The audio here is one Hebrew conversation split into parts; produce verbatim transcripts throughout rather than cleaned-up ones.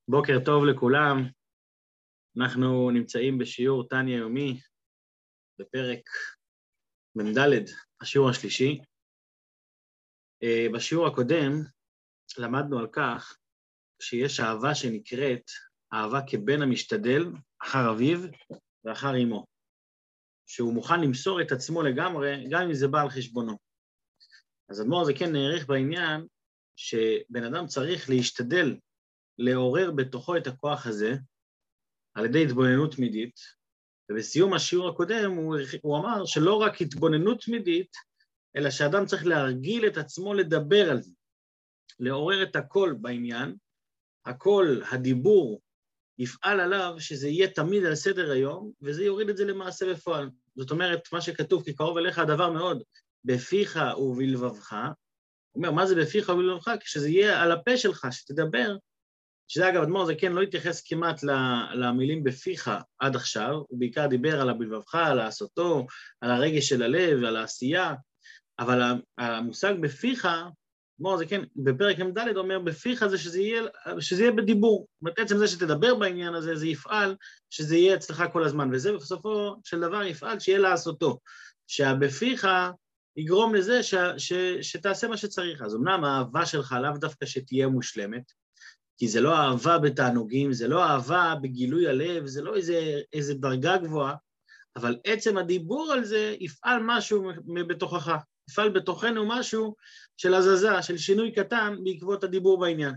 בוקר טוב לכולם, אנחנו נמצאים בשיעור תניא יומי, בפרק ממדלת, השיעור השלישי. בשיעור הקודם למדנו על כך שיש אהבה שנקראת אהבה כבן המשתדל אחר אביו ואחר אמו, שהוא מוכן למסור את עצמו לגמרי, גם אם זה בא על חשבונו. אז אדמו"ר הזקן נערך בעניין שבן אדם צריך להשתדל לעורר בתוכו את הכוח הזה, על ידי התבוננות תמידית, ובסיום השיעור הקודם הוא, הוא אמר שלא רק התבוננות תמידית, אלא שאדם צריך להרגיל את עצמו לדבר על זה, לעורר את הכל בעניין, הכל, הדיבור, יפעל עליו שזה יהיה תמיד על סדר היום, וזה יוריד את זה למעשה בפועל. זאת אומרת, מה שכתוב, כי קרוב אליך הדבר מאוד, בפיך ובלבבך, הוא אומר, מה זה בפיך ובלבבך? כשזה יהיה על הפה שלך, שתדבר, שזה אגב, אדמו"ר הזקן לא התייחס כמעט למילים בפיך עד עכשיו, הוא בעיקר דיבר על הבלבבך, על לעשותו, על הרגש של הלב, על העשייה, אבל המושג בפיך, אדמו"ר הזקן בפרק ממדלת אומר, בפיך זה שזה יהיה, שזה יהיה בדיבור, בעצם זה שתדבר בעניין הזה, זה יפעל, שזה יהיה אצלך כל הזמן, וזה בסופו של דבר יפעל, שיהיה לעשותו, שהבפיך יגרום לזה ש, ש, שתעשה מה שצריך. אז אמנם האהבה שלך לאו דווקא שתהיה מושלמת, כי זה לא אהבה בתענוגים, זה לא אהבה בגילוי הלב, זה לא איזה, איזה דרגה גבוהה, אבל עצם הדיבור על זה יפעל משהו בתוכך, יפעל בתוכנו משהו של הזזה, של שינוי קטן בעקבות הדיבור בעניין.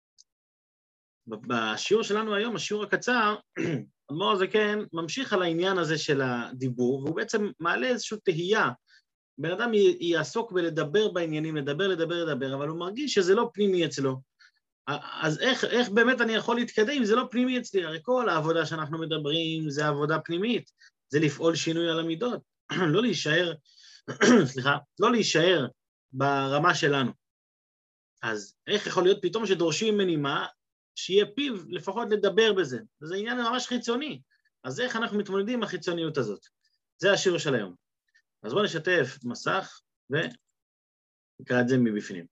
בשיעור שלנו היום, השיעור הקצר, אדמו"ר הזקן ממשיך על העניין הזה של הדיבור, והוא בעצם מעלה איזושהי תהייה, בן אדם יעסוק בלדבר בעניינים, לדבר, לדבר, לדבר, אבל הוא מרגיש שזה לא פנימי אצלו. אז איך, איך באמת אני יכול להתקדם אם זה לא פנימי אצלי? הרי כל העבודה שאנחנו מדברים זה עבודה פנימית, זה לפעול שינוי על המידות, לא להישאר, סליחה, לא להישאר ברמה שלנו. אז איך יכול להיות פתאום שדורשים ממני מה? שיהיה פיו לפחות לדבר בזה. זה עניין ממש חיצוני. אז איך אנחנו מתמודדים עם החיצוניות הזאת? זה השיעור של היום. אז בואו נשתף מסך ונקרא את זה מבפנים.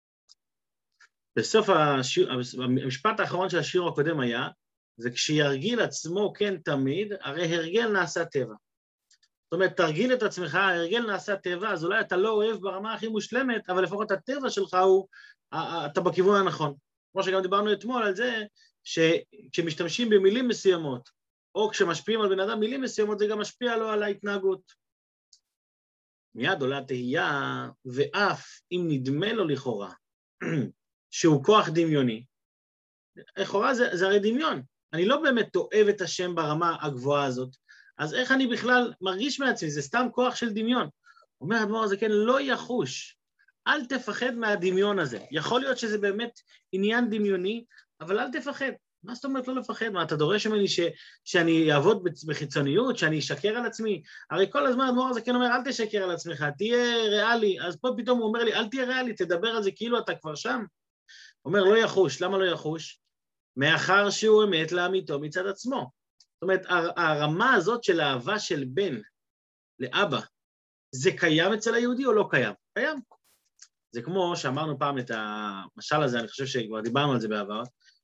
בסוף השיר, המשפט האחרון של השיר הקודם היה, זה כשירגיל עצמו כן תמיד, הרי הרגל נעשה טבע. זאת אומרת, תרגיל את עצמך, הרגל נעשה טבע, אז אולי אתה לא אוהב ברמה הכי מושלמת, אבל לפחות הטבע שלך הוא, אתה בכיוון הנכון. כמו שגם דיברנו אתמול על זה, שכשמשתמשים במילים מסוימות, או כשמשפיעים על בן אדם מילים מסוימות, זה גם משפיע לו על ההתנהגות. מיד עולה תהייה, ואף אם נדמה לו לכאורה, שהוא כוח דמיוני, לכאורה זה, זה הרי דמיון, אני לא באמת אוהב את השם ברמה הגבוהה הזאת, אז איך אני בכלל מרגיש מעצמי, זה סתם כוח של דמיון. אומר אדמו"ר הזקן, לא יחוש, אל תפחד מהדמיון הזה, יכול להיות שזה באמת עניין דמיוני, אבל אל תפחד. מה זאת אומרת לא לפחד? מה, אתה דורש ממני ש, שאני אעבוד בחיצוניות, שאני אשקר על עצמי? הרי כל הזמן אדמו"ר הזקן אומר, אל תשקר על עצמך, תהיה ריאלי, אז פה פתאום הוא אומר לי, אל תהיה ריאלי, תדבר על זה כאילו אתה כבר שם. אומר, לא יחוש. למה לא יחוש? מאחר שהוא אמת לאמיתו מצד עצמו. זאת אומרת, הרמה הזאת של האהבה של בן לאבא, זה קיים אצל היהודי או לא קיים? קיים. זה כמו שאמרנו פעם את המשל הזה, אני חושב שכבר דיברנו על זה בעבר,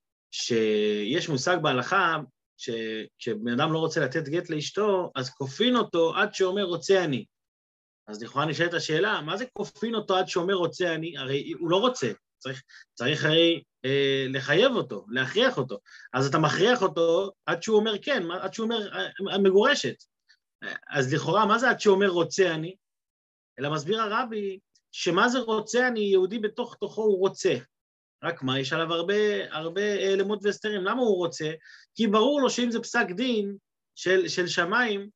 שיש מושג בהלכה, שכשבן אדם לא רוצה לתת גט לאשתו, אז כופין אותו עד שאומר רוצה אני. אז לכאורה נשאלת השאלה, מה זה כופין אותו עד שאומר רוצה אני? הרי הוא לא רוצה. צריך, צריך הרי אה, לחייב אותו, להכריח אותו. אז אתה מכריח אותו עד שהוא אומר כן, עד שהוא אומר אה, מגורשת. אז לכאורה, מה זה עד שהוא אומר רוצה אני? אלא מסביר הרבי, שמה זה רוצה אני, יהודי בתוך תוכו הוא רוצה. רק מה, יש עליו הרבה, הרבה למות והסתרים. למה הוא רוצה? כי ברור לו שאם זה פסק דין של, של שמיים,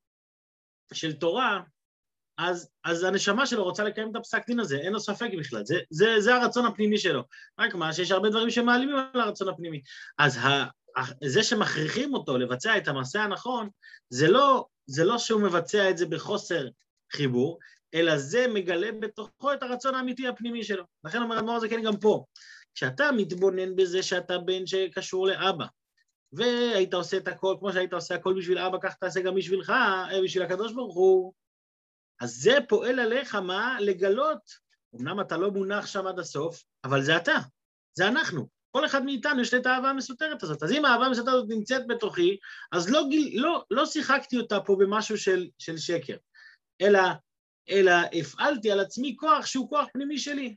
של תורה, אז, אז הנשמה שלו רוצה לקיים את הפסק דין הזה, אין לו ספק בכלל, זה, זה, זה הרצון הפנימי שלו. רק מה, שיש הרבה דברים שמעלימים על הרצון הפנימי. אז ה, זה שמכריחים אותו לבצע את המעשה הנכון, זה לא, זה לא שהוא מבצע את זה בחוסר חיבור, אלא זה מגלה בתוכו את הרצון האמיתי הפנימי שלו. לכן אומר אדמו"ר הזקן גם פה, כשאתה מתבונן בזה שאתה בן שקשור לאבא, והיית עושה את הכל, כמו שהיית עושה הכל בשביל אבא, כך תעשה גם בשבילך, בשביל הקדוש ברוך הוא, אז זה פועל עליך מה? לגלות, אמנם אתה לא מונח שם עד הסוף, אבל זה אתה, זה אנחנו. כל אחד מאיתנו יש את האהבה המסותרת הזאת. אז אם האהבה המסותרת הזאת נמצאת בתוכי, אז לא, לא, לא שיחקתי אותה פה במשהו של, של שקר, אלא, אלא הפעלתי על עצמי כוח שהוא כוח פנימי שלי.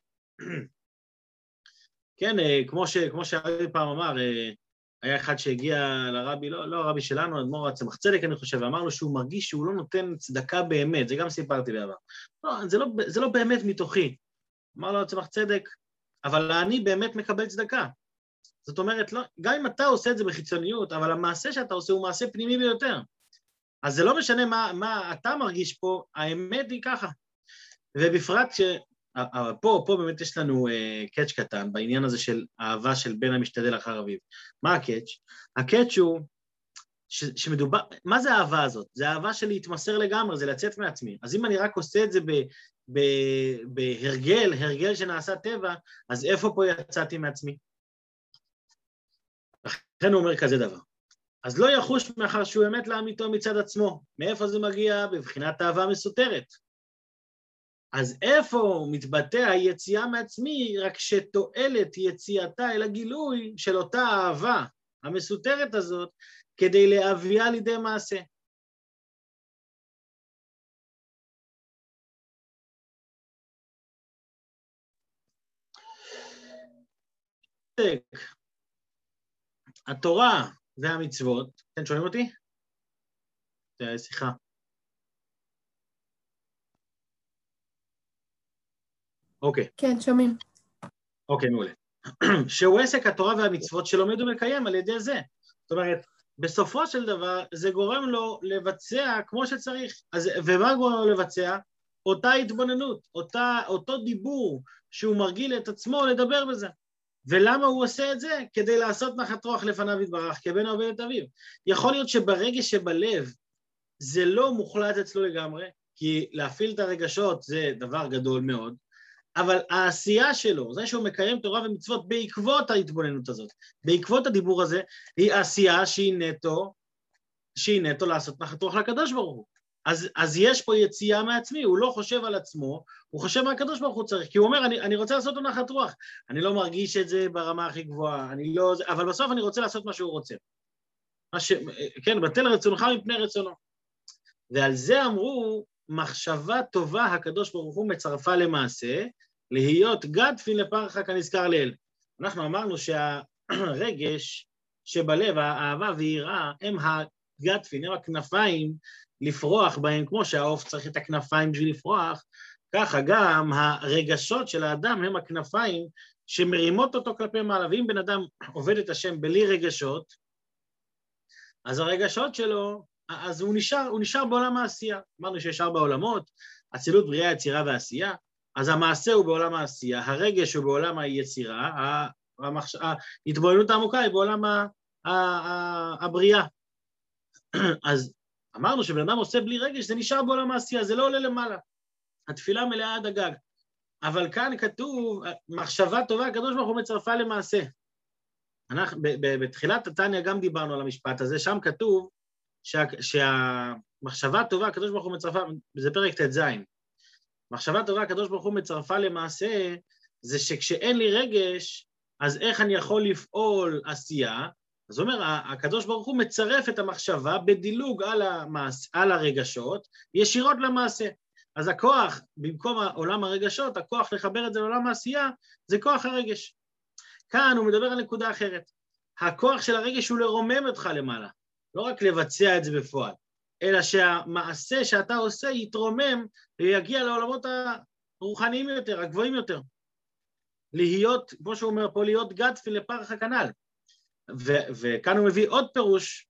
כן, כמו, ש, כמו שהרבי פעם אמר, היה אחד שהגיע לרבי, לא, לא הרבי שלנו, אדמו"ר הצמח צדק, אני חושב, ואמר לו שהוא מרגיש שהוא לא נותן צדקה באמת, זה גם סיפרתי בעבר. לא, זה לא, זה לא באמת מתוכי. אמר לו הצמח צדק, אבל אני באמת מקבל צדקה. זאת אומרת, לא, גם אם אתה עושה את זה בחיצוניות, אבל המעשה שאתה עושה הוא מעשה פנימי ביותר. אז זה לא משנה מה, מה אתה מרגיש פה, האמת היא ככה. ובפרט ש... פה, פה באמת יש לנו uh, קאץ' קטן, בעניין הזה של אהבה של בן המשתדל אחר אביו. מה הקאץ'? הקאץ' הוא ש, שמדובר... מה זה האהבה הזאת? זה האהבה של להתמסר לגמרי, זה לצאת מעצמי. אז אם אני רק עושה את זה ב, ב, בהרגל, הרגל שנעשה טבע, אז איפה פה יצאתי מעצמי? לכן הוא אומר כזה דבר. אז לא יחוש מאחר שהוא אמת לאמיתו מצד עצמו. מאיפה זה מגיע? בבחינת אהבה מסותרת. אז איפה מתבטא היציאה מעצמי? רק שתועלת יציאתה אל הגילוי של אותה אהבה המסותרת הזאת, כדי להביאה לידי מעשה. התורה והמצוות, אתם שומעים אותי? סליחה. אוקיי. כן, שומעים. אוקיי, מעולה. שהוא עסק התורה והמצוות שלומד ומקיים על ידי זה. זאת אומרת, בסופו של דבר זה גורם לו לבצע כמו שצריך. אז, ומה גורם לו לבצע? אותה התבוננות, אותה, אותו דיבור שהוא מרגיל את עצמו לדבר בזה. ולמה הוא עושה את זה? כדי לעשות נחת רוח לפניו יתברך, כבן העובד את אביו. יכול להיות שברגע שבלב זה לא מוחלט אצלו לגמרי, כי להפעיל את הרגשות זה דבר גדול מאוד, אבל העשייה שלו, זה שהוא מקיים תורה ומצוות בעקבות ההתבוננות הזאת, בעקבות הדיבור הזה, היא עשייה שהיא נטו, שהיא נטו לעשות נחת רוח לקדוש ברוך הוא. אז, אז יש פה יציאה מעצמי, הוא לא חושב על עצמו, הוא חושב מה הקדוש ברוך הוא צריך, כי הוא אומר, אני, אני רוצה לעשות לו נחת רוח, אני לא מרגיש את זה ברמה הכי גבוהה, אני לא, אבל בסוף אני רוצה לעשות מה שהוא רוצה. מה ש, כן, בטל רצונך מפני רצונו. ועל זה אמרו, מחשבה טובה הקדוש ברוך הוא מצרפה למעשה, להיות גדפין לפרחה כנזכר לאל. אנחנו אמרנו שהרגש שבלב, האהבה ויראה, הם הגדפין, הם הכנפיים לפרוח בהם, כמו שהעוף צריך את הכנפיים בשביל לפרוח, ככה גם הרגשות של האדם הם הכנפיים שמרימות אותו כלפי מעלה. ואם בן אדם עובד את השם בלי רגשות, אז הרגשות שלו, אז הוא נשאר, הוא נשאר בעולם העשייה. אמרנו שיש ארבע עולמות, אצילות, בריאה, יצירה ועשייה, אז המעשה הוא בעולם העשייה, הרגש הוא בעולם היצירה, המחש... ההתבוננות העמוקה היא בעולם ה... ה... ה... הבריאה. אז אמרנו שבן אדם עושה בלי רגש, זה נשאר בעולם העשייה, זה לא עולה למעלה. התפילה מלאה עד הגג. אבל כאן כתוב, מחשבה טובה, הקדוש ברוך הוא מצרפה למעשה. אנחנו, ב... ב... בתחילת התניא גם דיברנו על המשפט הזה, שם כתוב שה... שהמחשבה טובה, הקדוש ברוך הוא מצרפה, זה פרק ט"ז. מחשבה טובה, הקדוש ברוך הוא מצרפה למעשה, זה שכשאין לי רגש, אז איך אני יכול לפעול עשייה? אז הוא אומר, הקדוש ברוך הוא מצרף את המחשבה בדילוג על, המעש, על הרגשות, ישירות למעשה. אז הכוח, במקום עולם הרגשות, הכוח לחבר את זה לעולם העשייה, זה כוח הרגש. כאן הוא מדבר על נקודה אחרת. הכוח של הרגש הוא לרומם אותך למעלה, לא רק לבצע את זה בפועל. אלא שהמעשה שאתה עושה יתרומם ויגיע לעולמות הרוחניים יותר, הגבוהים יותר. להיות, כמו שהוא אומר פה, להיות גדפין לפרחה כנ"ל. וכאן הוא מביא עוד פירוש,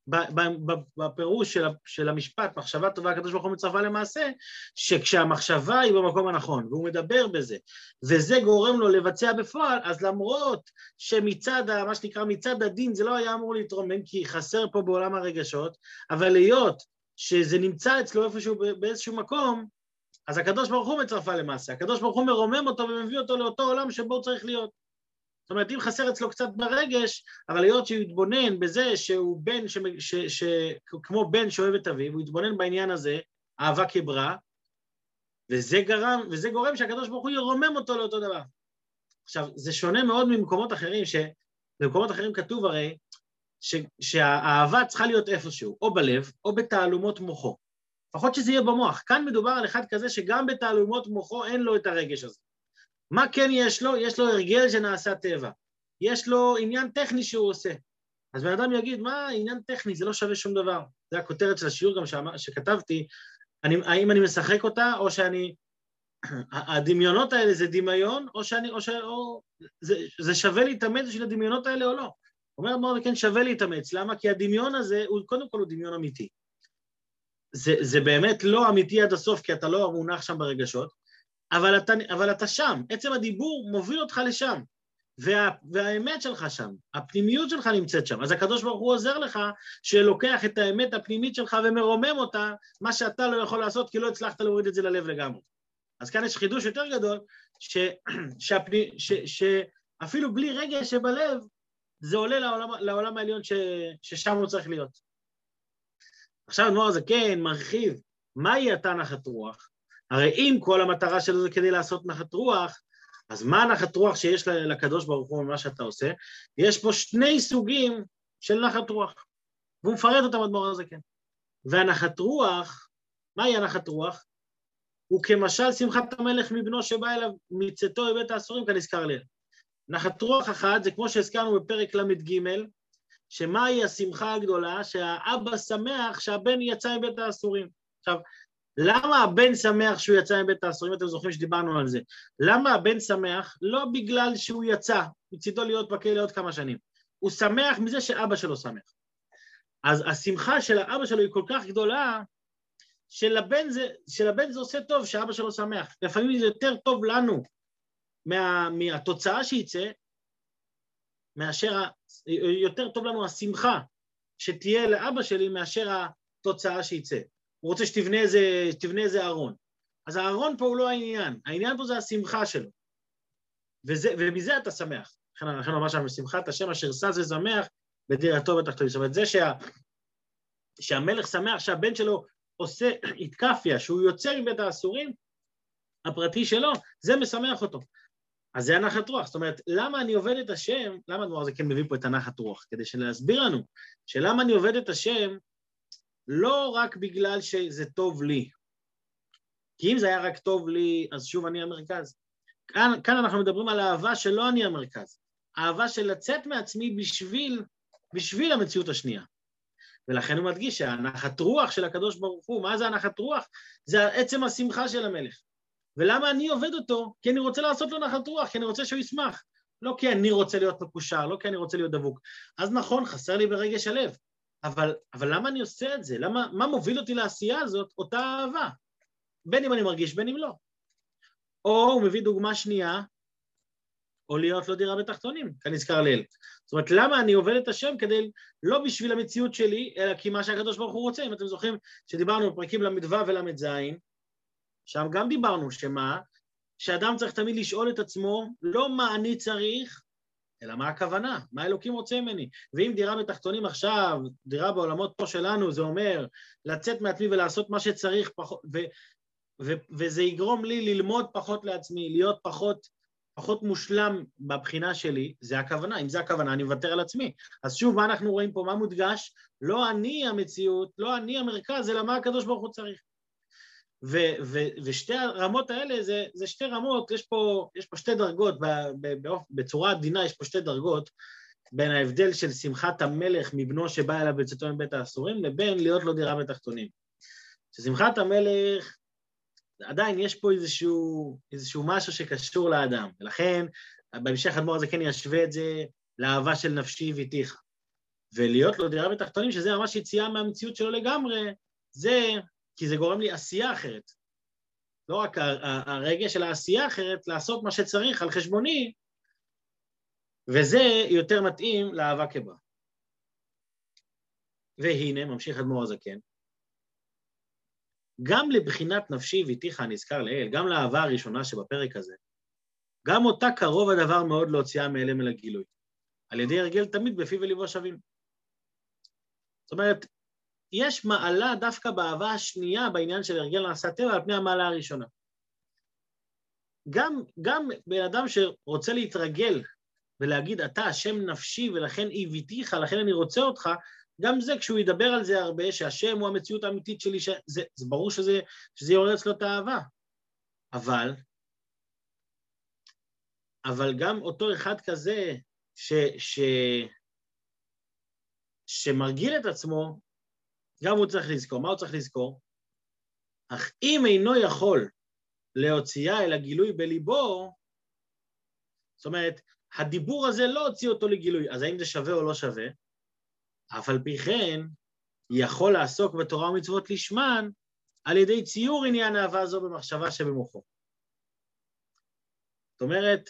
בפירוש של, של המשפט, מחשבה טובה, הקדוש ברוך הוא מצרפה למעשה, שכשהמחשבה היא במקום הנכון, והוא מדבר בזה, וזה גורם לו לבצע בפועל, אז למרות שמצד, מה שנקרא מצד הדין, זה לא היה אמור להתרומם, כי חסר פה בעולם הרגשות, אבל להיות שזה נמצא אצלו איפשהו באיזשהו מקום, אז הקדוש ברוך הוא מצרפה למעשה, הקדוש ברוך הוא מרומם אותו ומביא אותו לאותו עולם שבו הוא צריך להיות. זאת אומרת, אם חסר אצלו קצת ברגש, אבל להיות שהוא יתבונן בזה שהוא בן, ש, ש, ש, כמו בן שאוהב את אביו, הוא יתבונן בעניין הזה, אהבה כברא, וזה גרם, וזה גורם שהקדוש ברוך הוא ירומם אותו לאותו דבר. עכשיו, זה שונה מאוד ממקומות אחרים, שבמקומות אחרים כתוב הרי, ש, שהאהבה צריכה להיות איפשהו, או בלב, או בתעלומות מוחו. לפחות שזה יהיה במוח. כאן מדובר על אחד כזה שגם בתעלומות מוחו אין לו את הרגש הזה. מה כן יש לו? יש לו הרגל שנעשה טבע. יש לו עניין טכני שהוא עושה. אז בן אדם יגיד, מה עניין טכני? זה לא שווה שום דבר. זה הכותרת של השיעור גם שמה, שכתבתי, אני, האם אני משחק אותה, או שאני... הדמיונות האלה זה דמיון, או שאני... או ש, או, זה, זה שווה להתאמץ של הדמיונות האלה או לא. אומר מאוד, כן, שווה להתאמץ. למה? כי הדמיון הזה, הוא, קודם כל הוא דמיון אמיתי. זה, זה באמת לא אמיתי עד הסוף, כי אתה לא מונח שם ברגשות, אבל אתה, אבל אתה שם. עצם הדיבור מוביל אותך לשם. וה, והאמת שלך שם, הפנימיות שלך נמצאת שם. אז הקדוש ברוך הוא עוזר לך שלוקח את האמת הפנימית שלך ומרומם אותה, מה שאתה לא יכול לעשות, כי לא הצלחת להוריד את זה ללב לגמרי. אז כאן יש חידוש יותר גדול, ש, שהפני, ש, שאפילו בלי רגש שבלב, זה עולה לעולם, לעולם העליון ש, ששם הוא צריך להיות. עכשיו הדמור הזה כן מרחיב, מהי אתה נחת רוח? הרי אם כל המטרה שלו זה כדי לעשות נחת רוח, אז מה נחת רוח שיש לקדוש ברוך הוא ממה שאתה עושה? יש פה שני סוגים של נחת רוח, והוא מפרט אותם הדמור הזה כן. והנחת רוח, מהי הנחת רוח? הוא כמשל שמחת המלך מבנו שבא אליו מצאתו בבית האסורים, כנזכר ליל. נחת רוח אחת, זה כמו שהזכרנו בפרק למד ג', שמהי השמחה הגדולה? שהאבא שמח שהבן יצא מבית האסורים. עכשיו, למה הבן שמח שהוא יצא מבית האסורים? אתם זוכרים שדיברנו על זה. למה הבן שמח? לא בגלל שהוא יצא, מצדו להיות בכלא עוד כמה שנים. הוא שמח מזה שאבא שלו שמח. אז השמחה של האבא שלו היא כל כך גדולה, שלבן זה, שלבן זה עושה טוב שאבא שלו שמח. לפעמים זה יותר טוב לנו מה, מהתוצאה שיצא, מאשר, יותר טוב לנו השמחה שתהיה לאבא שלי מאשר התוצאה שיצא. הוא רוצה שתבנה איזה, שתבנה איזה ארון. אז הארון פה הוא לא העניין, העניין פה זה השמחה שלו. וזה, ומזה אתה שמח. לכן אנחנו ממש שם, שמחת השם אשר שש ושמח בדירתו בתחתונים. זאת אומרת, זה שה, שהמלך שמח שהבן שלו עושה התקפיה, שהוא יוצא מבית האסורים, הפרטי שלו, זה משמח אותו. אז זה הנחת רוח. זאת אומרת, למה אני עובד את השם, למה הדבר הזה כן מביא פה את הנחת רוח? כדי להסביר לנו שלמה אני עובד את השם, לא רק בגלל שזה טוב לי. כי אם זה היה רק טוב לי, אז שוב אני המרכז. כאן, כאן אנחנו מדברים על האהבה שלא אני המרכז. האהבה של לצאת מעצמי בשביל, בשביל המציאות השנייה. ולכן הוא מדגיש שהנחת רוח של הקדוש ברוך הוא, מה זה הנחת רוח? זה עצם השמחה של המלך. ולמה אני עובד אותו? כי אני רוצה לעשות לו נחת רוח, כי אני רוצה שהוא ישמח. לא כי אני רוצה להיות מקושר, לא כי אני רוצה להיות דבוק. אז נכון, חסר לי ברגש הלב. אבל, אבל למה אני עושה את זה? למה, מה מוביל אותי לעשייה הזאת? אותה אהבה. בין אם אני מרגיש, בין אם לא. או הוא מביא דוגמה שנייה, או להיות לו דירה בתחתונים, כנזכר ליל. זאת אומרת, למה אני עובד את השם כדי, לא בשביל המציאות שלי, אלא כי מה שהקדוש ברוך הוא רוצה. אם אתם זוכרים שדיברנו בפרקים למדווה ולמד זין, שם גם דיברנו שמה, שאדם צריך תמיד לשאול את עצמו, לא מה אני צריך, אלא מה הכוונה, מה אלוקים רוצה ממני. ואם דירה בתחתונים עכשיו, דירה בעולמות פה שלנו, זה אומר לצאת מעצמי ולעשות מה שצריך, פחות, ו, ו, וזה יגרום לי ללמוד פחות לעצמי, להיות פחות, פחות מושלם בבחינה שלי, זה הכוונה. אם זה הכוונה, אני מוותר על עצמי. אז שוב, מה אנחנו רואים פה? מה מודגש? לא אני המציאות, לא אני המרכז, אלא מה הקדוש ברוך הוא צריך. ו- ו- ושתי הרמות האלה זה, זה שתי רמות, יש פה, יש פה שתי דרגות, ב- ב- בצורה עדינה יש פה שתי דרגות, בין ההבדל של שמחת המלך מבנו שבא אליו בצאתו מבית האסורים, לבין להיות לו דירה בתחתונים. ששמחת המלך, עדיין יש פה איזשהו, איזשהו משהו שקשור לאדם, ולכן בהמשך הדמור הזה כן ישווה את זה לאהבה של נפשי ואיתיך. ולהיות לו דירה בתחתונים, שזה ממש יציאה מהמציאות שלו לגמרי, זה... כי זה גורם לי עשייה אחרת. לא רק הרגע של העשייה אחרת, לעשות מה שצריך על חשבוני, וזה יותר מתאים לאהבה כברה. והנה, ממשיך אדמו"ר הזקן, גם לבחינת נפשי ואיתיך הנזכר לאל, גם לאהבה הראשונה שבפרק הזה, גם אותה קרוב הדבר מאוד להוציאה מאלם אל הגילוי. על ידי הרגל תמיד בפי וליבו שווים. זאת אומרת, יש מעלה דווקא באהבה השנייה בעניין של הרגל נעשה טבע על פני המעלה הראשונה. גם, גם בן אדם שרוצה להתרגל ולהגיד, אתה השם נפשי ולכן איביתיך, לכן אני רוצה אותך, גם זה, כשהוא ידבר על זה הרבה, שהשם הוא המציאות האמיתית שלי, שזה, זה ברור שזה, שזה יורד אצלו את האהבה. אבל, אבל גם אותו אחד כזה, ש, ש, שמרגיל את עצמו, גם הוא צריך לזכור. מה הוא צריך לזכור? אך אם אינו יכול להוציאה אל הגילוי בליבו, זאת אומרת, הדיבור הזה לא הוציא אותו לגילוי, אז האם זה שווה או לא שווה? אף על פי כן, יכול לעסוק בתורה ומצוות לשמן, על ידי ציור עניין האהבה הזו במחשבה שבמוחו. זאת אומרת,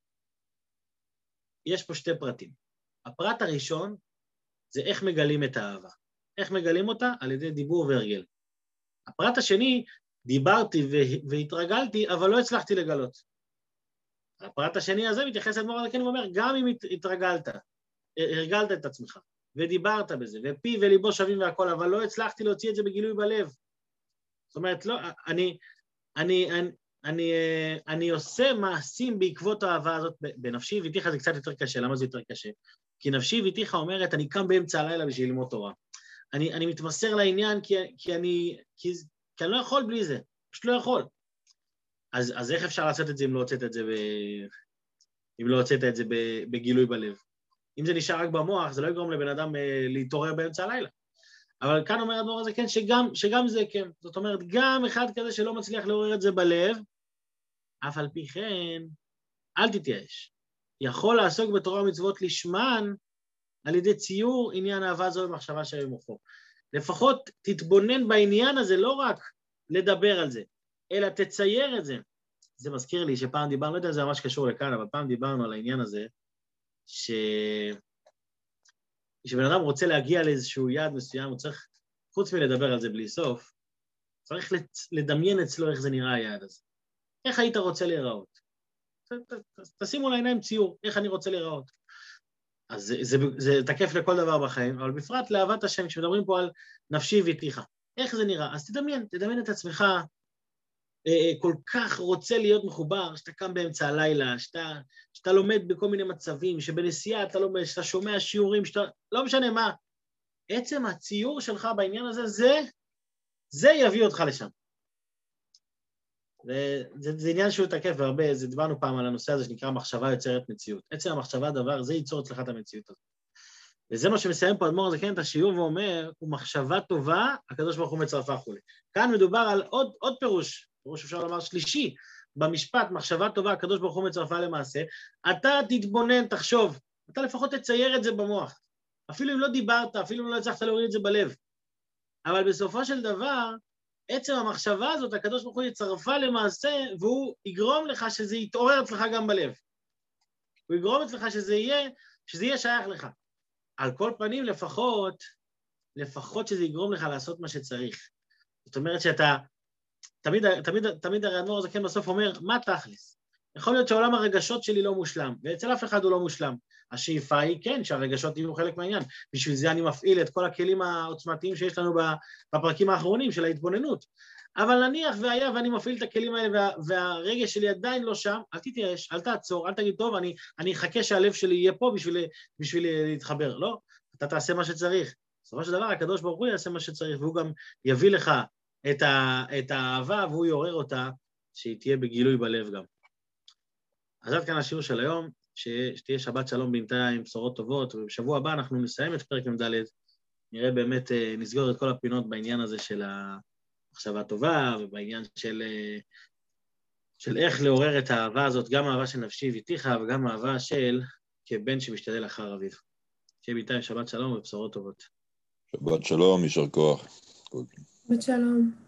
יש פה שתי פרטים. הפרט הראשון, זה איך מגלים את האהבה. איך מגלים אותה? על ידי דיבור והרגל. הפרט השני, דיברתי והתרגלתי, אבל לא הצלחתי לגלות. הפרט השני הזה מתייחס לדמור על כן, הוא אומר, גם אם התרגלת, הרגלת את עצמך, ודיברת בזה, ופי וליבו שווים והכל, אבל לא הצלחתי להוציא את זה בגילוי בלב. זאת אומרת, לא, אני, אני, אני, אני, אני עושה מעשים בעקבות האהבה הזאת, בנפשי ואיתיך זה קצת יותר קשה. למה זה יותר קשה? כי נפשי ואיתיך אומרת, אני קם באמצע הלילה בשביל ללמוד תורה. אני, אני מתמסר לעניין כי, כי, אני, כי, כי אני לא יכול בלי זה, פשוט לא יכול. אז, אז איך אפשר לעשות את זה אם לא הוצאת את זה, ב... אם לא הוצאת את זה בגילוי בלב? אם זה נשאר רק במוח, זה לא יגרום לבן אדם להתעורר באמצע הלילה. אבל כאן אומר הדבר הזה, כן, שגם, שגם זה כן. זאת אומרת, גם אחד כזה שלא מצליח לעורר את זה בלב, אף על פי כן, אל תתייאש. יכול לעסוק בתורה ומצוות לשמן, על ידי ציור עניין אהבה זו במחשבה שבמוחו. לפחות תתבונן בעניין הזה, לא רק לדבר על זה, אלא תצייר את זה. זה מזכיר לי שפעם דיברנו, לא יודע אם זה ממש קשור לכאן, אבל פעם דיברנו על העניין הזה, ש... שבן אדם רוצה להגיע לאיזשהו יעד מסוים, הוא צריך, חוץ מלדבר על זה בלי סוף, צריך לדמיין אצלו איך זה נראה היעד הזה. איך היית רוצה להיראות? תשימו לעיניים ציור, איך אני רוצה להיראות. אז זה, זה, זה תקף לכל דבר בחיים, אבל בפרט לאהבת השם, כשמדברים פה על נפשי ואיתיך. איך זה נראה? אז תדמיין, תדמיין את עצמך, כל כך רוצה להיות מחובר, שאתה קם באמצע הלילה, שאתה, שאתה לומד בכל מיני מצבים, שבנסיעה אתה לומד, שאתה שומע שיעורים, שאתה, לא משנה מה. עצם הציור שלך בעניין הזה, זה, זה יביא אותך לשם. זה, זה עניין שהוא תקף והרבה, זה דיברנו פעם על הנושא הזה שנקרא מחשבה יוצרת מציאות. עצם המחשבה דבר, זה ייצור אצלך את המציאות הזאת. וזה מה שמסיים פה אדמו"ר הזקן את השיעור ואומר, הוא מחשבה טובה, הקדוש ברוך הוא מצרפה חולי. כאן מדובר על עוד, עוד פירוש, פירוש אפשר לומר שלישי, במשפט, מחשבה טובה, הקדוש ברוך הוא מצרפה למעשה, אתה תתבונן, תחשוב, אתה לפחות תצייר את זה במוח. אפילו אם לא דיברת, אפילו אם לא הצלחת להוריד את זה בלב. אבל בסופו של דבר, עצם המחשבה הזאת, הקדוש ברוך הוא יצרפה למעשה, והוא יגרום לך שזה יתעורר אצלך גם בלב. הוא יגרום אצלך שזה יהיה, שזה יהיה שייך לך. על כל פנים, לפחות, לפחות שזה יגרום לך לעשות מה שצריך. זאת אומרת שאתה, תמיד, תמיד, תמיד הרי האדמו"ר הזקן בסוף אומר, מה תכלס? יכול להיות שעולם הרגשות שלי לא מושלם, ואצל אף אחד הוא לא מושלם. השאיפה היא כן, שהרגשות יהיו חלק מהעניין. בשביל זה אני מפעיל את כל הכלים העוצמתיים שיש לנו בפרקים האחרונים של ההתבוננות. אבל נניח והיה ואני מפעיל את הכלים האלה וה, והרגש שלי עדיין לא שם, אל תתייאש, אל תעצור, אל תגיד טוב, אני, אני אחכה שהלב שלי יהיה פה בשביל, בשביל להתחבר. לא, אתה תעשה מה שצריך. בסופו של דבר, הקדוש ברוך הוא יעשה מה שצריך, והוא גם יביא לך את, ה, את האהבה, והוא יעורר אותה, שהיא תהיה בגילוי בלב גם. אז עד כאן השיעור של היום, שתהיה שבת שלום בינתיים, בשורות טובות, ובשבוע הבא אנחנו נסיים את פרק מ"ד, נראה באמת, נסגור את כל הפינות בעניין הזה של המחשבה טובה, ובעניין של, של איך לעורר את האהבה הזאת, גם האהבה של נפשי ואיתיך, וגם האהבה של כבן שמשתדל אחר אביו. שיהיה בינתיים שבת שלום ובשורות טובות. שבת שלום, יישר כוח. שבת שלום.